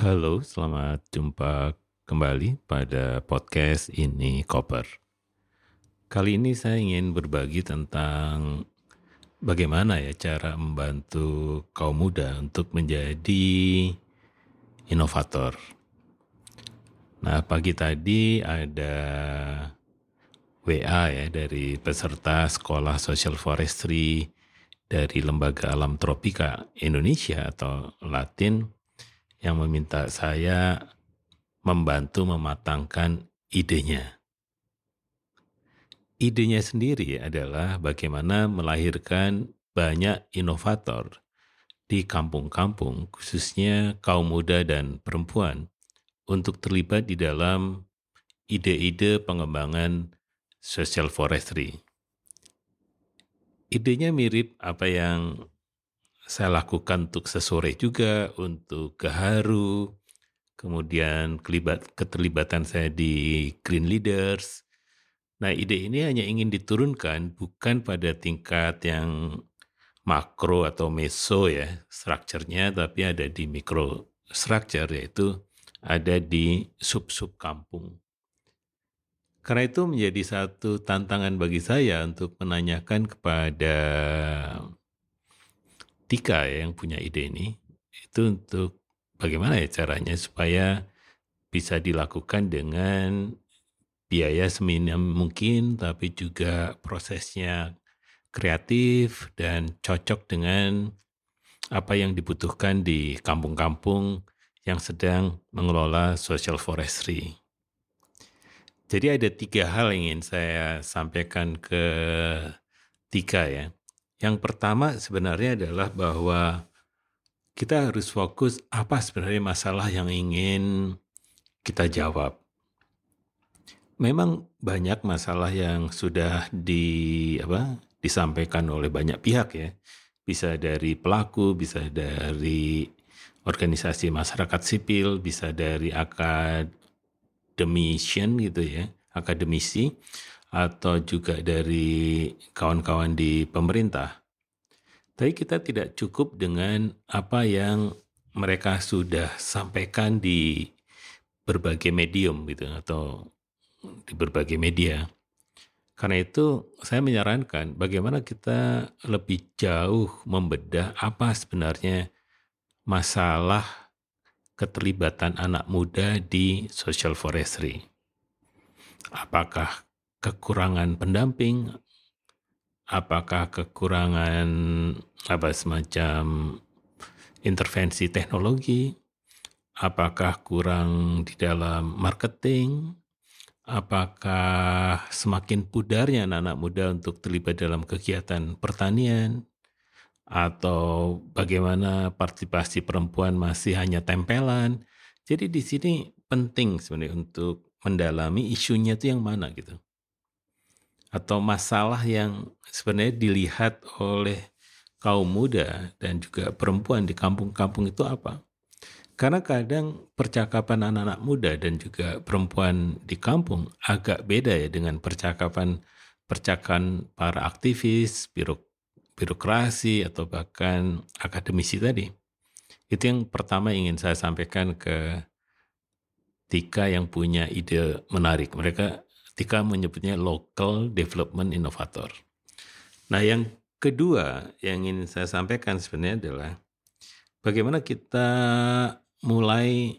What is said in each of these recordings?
Halo, selamat jumpa kembali pada podcast ini Koper. Kali ini saya ingin berbagi tentang bagaimana ya cara membantu kaum muda untuk menjadi inovator. Nah, pagi tadi ada WA ya dari peserta sekolah Social Forestry dari Lembaga Alam Tropika Indonesia atau Latin yang meminta saya membantu mematangkan idenya. Idenya sendiri adalah bagaimana melahirkan banyak inovator di kampung-kampung, khususnya kaum muda dan perempuan, untuk terlibat di dalam ide-ide pengembangan social forestry. Idenya mirip apa yang saya lakukan untuk sesore juga, untuk Gaharu, kemudian keterlibatan saya di Green Leaders. Nah, ide ini hanya ingin diturunkan bukan pada tingkat yang makro atau meso ya, strukturnya, tapi ada di mikro structure, yaitu ada di sub-sub kampung. Karena itu menjadi satu tantangan bagi saya untuk menanyakan kepada Tika ya, yang punya ide ini, itu untuk bagaimana ya caranya supaya bisa dilakukan dengan biaya seminim mungkin, tapi juga prosesnya kreatif dan cocok dengan apa yang dibutuhkan di kampung-kampung yang sedang mengelola social forestry. Jadi ada 3 hal yang ingin saya sampaikan ke Tika ya. Yang pertama sebenarnya adalah bahwa kita harus fokus apa sebenarnya masalah yang ingin kita jawab. Memang banyak masalah yang sudah disampaikan oleh banyak pihak ya. Bisa dari pelaku, bisa dari organisasi masyarakat sipil, bisa dari academician gitu ya, akademisi, atau juga dari kawan-kawan di pemerintah. Tapi kita tidak cukup dengan apa yang mereka sudah sampaikan di berbagai medium gitu atau di berbagai media. Karena itu saya menyarankan bagaimana kita lebih jauh membedah apa sebenarnya masalah keterlibatan anak muda di social forestry. Apakah kekurangan pendamping, apakah kekurangan semacam intervensi teknologi, apakah kurang di dalam marketing, apakah semakin pudarnya anak-anak muda untuk terlibat dalam kegiatan pertanian, atau bagaimana partisipasi perempuan masih hanya tempelan. Jadi di sini penting sebenarnya untuk mendalami isunya itu yang mana gitu. Atau masalah yang sebenarnya dilihat oleh kaum muda dan juga perempuan di kampung-kampung itu apa. Karena kadang percakapan anak-anak muda dan juga perempuan di kampung agak beda ya dengan percakapan para aktivis, birokrasi, atau bahkan akademisi tadi. Itu yang pertama ingin saya sampaikan ke Tika yang punya ide menarik. Tika menyebutnya local development innovator. Nah, yang kedua yang ingin saya sampaikan sebenarnya adalah bagaimana kita mulai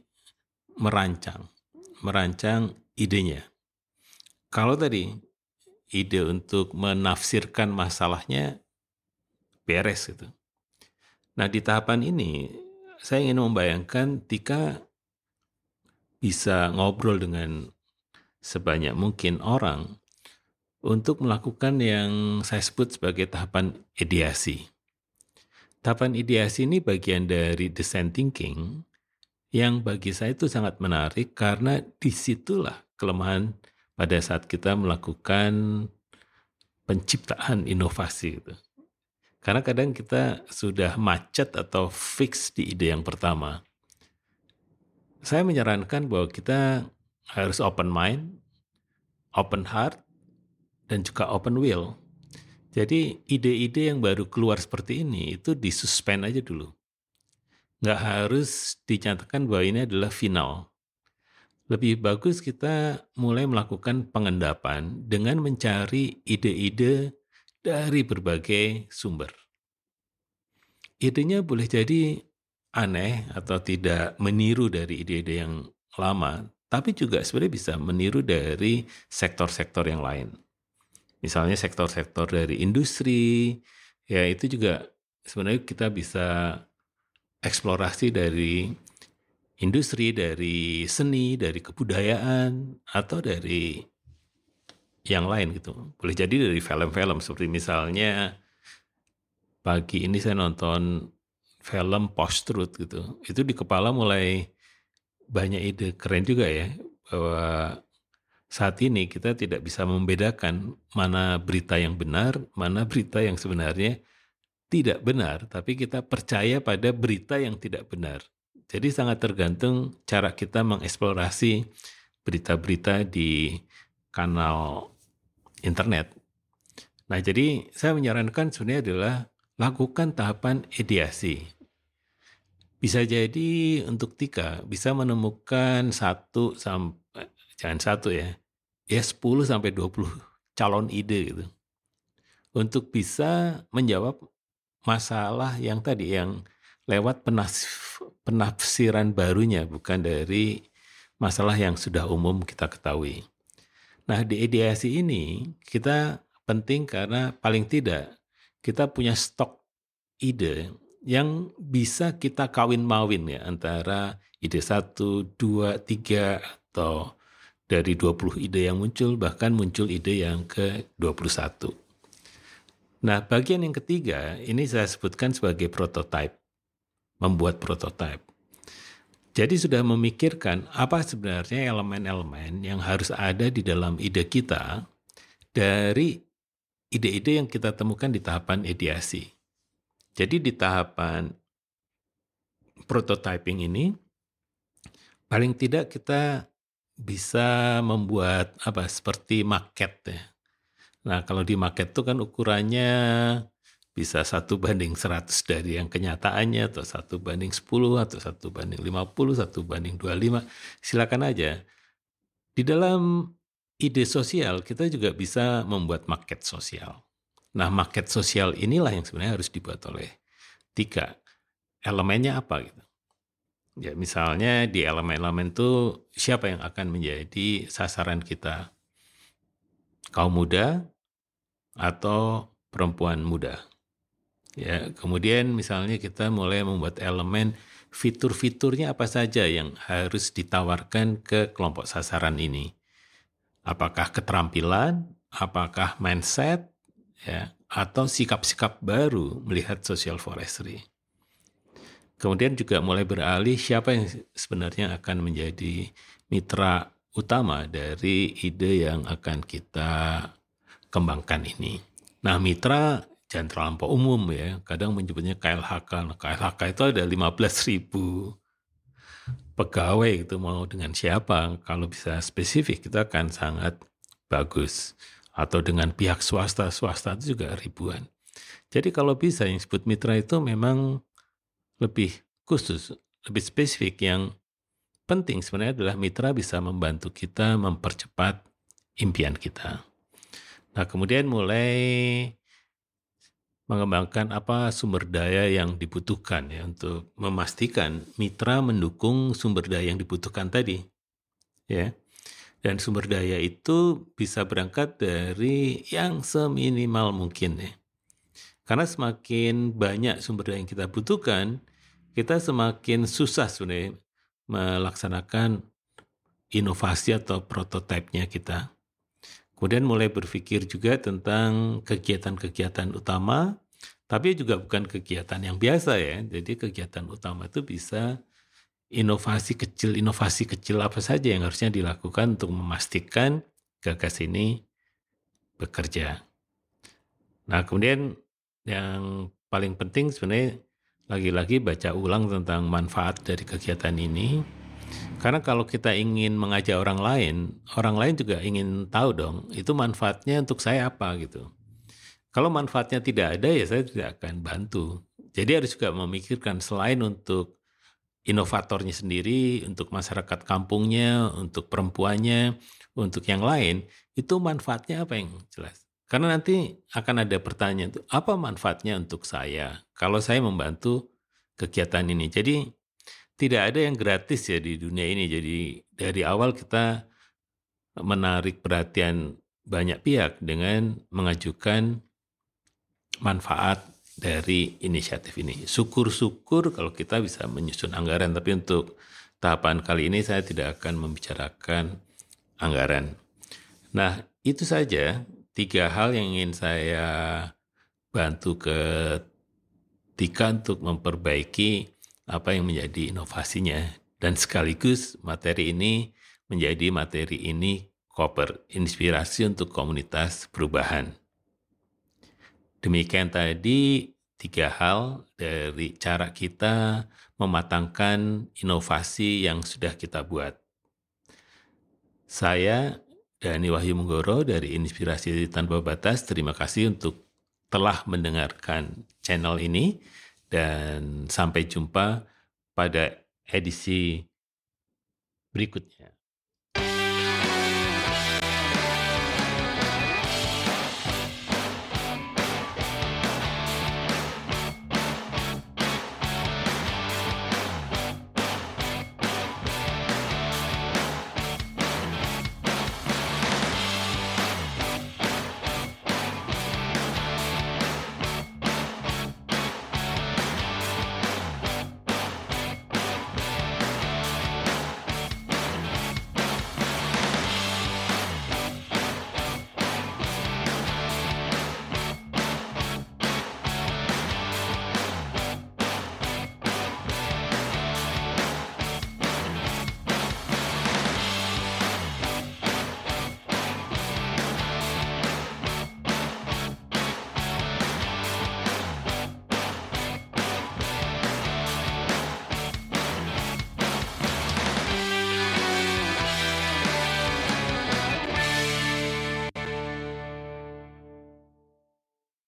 merancang idenya. Kalau tadi ide untuk menafsirkan masalahnya beres gitu. Nah, di tahapan ini saya ingin membayangkan Tika bisa ngobrol dengan sebanyak mungkin orang untuk melakukan yang saya sebut sebagai tahapan ideasi. Tahapan ideasi ini bagian dari design thinking yang bagi saya itu sangat menarik karena disitulah kelemahan pada saat kita melakukan penciptaan inovasi itu. Karena kadang kita sudah macet atau fix di ide yang pertama. Saya menyarankan bahwa kita harus open mind, open heart, dan juga open will. Jadi ide-ide yang baru keluar seperti ini itu disuspend aja dulu. nggak harus dinyatakan bahwa ini adalah final. Lebih bagus kita mulai melakukan pengendapan dengan mencari ide-ide dari berbagai sumber. Idenya boleh jadi aneh atau tidak meniru dari ide-ide yang lama, tapi juga sebenarnya bisa meniru dari sektor-sektor yang lain. Misalnya sektor-sektor dari industri, ya itu juga sebenarnya kita bisa eksplorasi dari industri, dari seni, dari kebudayaan, atau dari yang lain gitu. Boleh jadi dari film-film, seperti misalnya pagi ini saya nonton film post-truth gitu. Itu di kepala mulai banyak ide keren juga ya, bahwa saat ini kita tidak bisa membedakan mana berita yang benar, mana berita yang sebenarnya tidak benar, tapi kita percaya pada berita yang tidak benar. Jadi sangat tergantung cara kita mengeksplorasi berita-berita di kanal internet. Nah, jadi saya menyarankan sebenarnya adalah lakukan tahapan ideasi. Bisa jadi untuk Tika bisa menemukan jangan satu ya, 10 sampai 20 calon ide gitu. Untuk bisa menjawab masalah yang tadi, yang lewat penafsiran barunya, bukan dari masalah yang sudah umum kita ketahui. Nah, di ideasi ini kita penting karena paling tidak kita punya stok ide yang bisa kita kawin-mawin ya, antara ide 1, 2, 3, atau dari 20 ide yang muncul, bahkan muncul ide yang ke-21. Nah, bagian yang ketiga, ini saya sebutkan sebagai prototype, membuat prototype. Jadi sudah memikirkan apa sebenarnya elemen-elemen yang harus ada di dalam ide kita dari ide-ide yang kita temukan di tahapan ideasi. Jadi di tahapan prototyping ini, paling tidak kita bisa membuat seperti maket ya. Nah, kalau di maket itu kan ukurannya bisa 1:100 dari yang kenyataannya, atau 1:10, atau 1:50, 1:25, silakan aja. Di dalam ide sosial, kita juga bisa membuat maket sosial. Nah, maket sosial inilah yang sebenarnya harus dibuat oleh Tika. Elemennya apa gitu? Ya, misalnya di elemen-elemen itu siapa yang akan menjadi sasaran kita? Kaum muda atau perempuan muda? Ya, kemudian misalnya kita mulai membuat elemen fitur-fiturnya apa saja yang harus ditawarkan ke kelompok sasaran ini. Apakah keterampilan, apakah mindset, ya, atau sikap-sikap baru melihat social forestry. Kemudian juga mulai beralih siapa yang sebenarnya akan menjadi mitra utama dari ide yang akan kita kembangkan ini. Nah, mitra jangan terlampau umum ya, kadang menyebutnya KLHK. Nah, KLHK itu ada 15.000 pegawai gitu, mau dengan siapa. Kalau bisa spesifik kita akan sangat bagus. Atau dengan pihak swasta itu juga ribuan. Jadi kalau bisa yang disebut mitra itu memang lebih khusus, lebih spesifik. Yang penting sebenarnya adalah mitra bisa membantu kita mempercepat impian kita. Nah, kemudian mulai mengembangkan apa sumber daya yang dibutuhkan ya, untuk memastikan mitra mendukung sumber daya yang dibutuhkan tadi. Ya. Dan sumber daya itu bisa berangkat dari yang seminimal mungkin ya. Karena semakin banyak sumber daya yang kita butuhkan, kita semakin susah sebenarnya melaksanakan inovasi atau prototipenya kita. Kemudian mulai berpikir juga tentang kegiatan-kegiatan utama, tapi juga bukan kegiatan yang biasa ya. Jadi kegiatan utama itu bisa inovasi kecil apa saja yang harusnya dilakukan untuk memastikan Gagas ini bekerja. Nah, kemudian yang paling penting sebenarnya lagi-lagi baca ulang tentang manfaat dari kegiatan ini. Karena kalau kita ingin mengajak orang lain juga ingin tahu dong, itu manfaatnya untuk saya apa gitu. Kalau manfaatnya tidak ada ya saya tidak akan bantu. Jadi harus juga memikirkan selain untuk inovatornya sendiri, untuk masyarakat kampungnya, untuk perempuannya, untuk yang lain, itu manfaatnya apa yang jelas? Karena nanti akan ada pertanyaan tuh, apa manfaatnya untuk saya kalau saya membantu kegiatan ini? Jadi tidak ada yang gratis ya di dunia ini. Jadi dari awal kita menarik perhatian banyak pihak dengan mengajukan manfaat dari inisiatif ini. Syukur-syukur kalau kita bisa menyusun anggaran, tapi untuk tahapan kali ini saya tidak akan membicarakan anggaran. Nah, itu saja 3 hal yang ingin saya bantu ketika untuk memperbaiki apa yang menjadi inovasinya. Dan sekaligus materi ini koper, inspirasi untuk komunitas perubahan. Demikian tadi 3 hal dari cara kita mematangkan inovasi yang sudah kita buat. Saya Dhani Wahyu Munggoro dari Inspirasi Tanpa Batas. Terima kasih untuk telah mendengarkan channel ini dan sampai jumpa pada edisi berikutnya.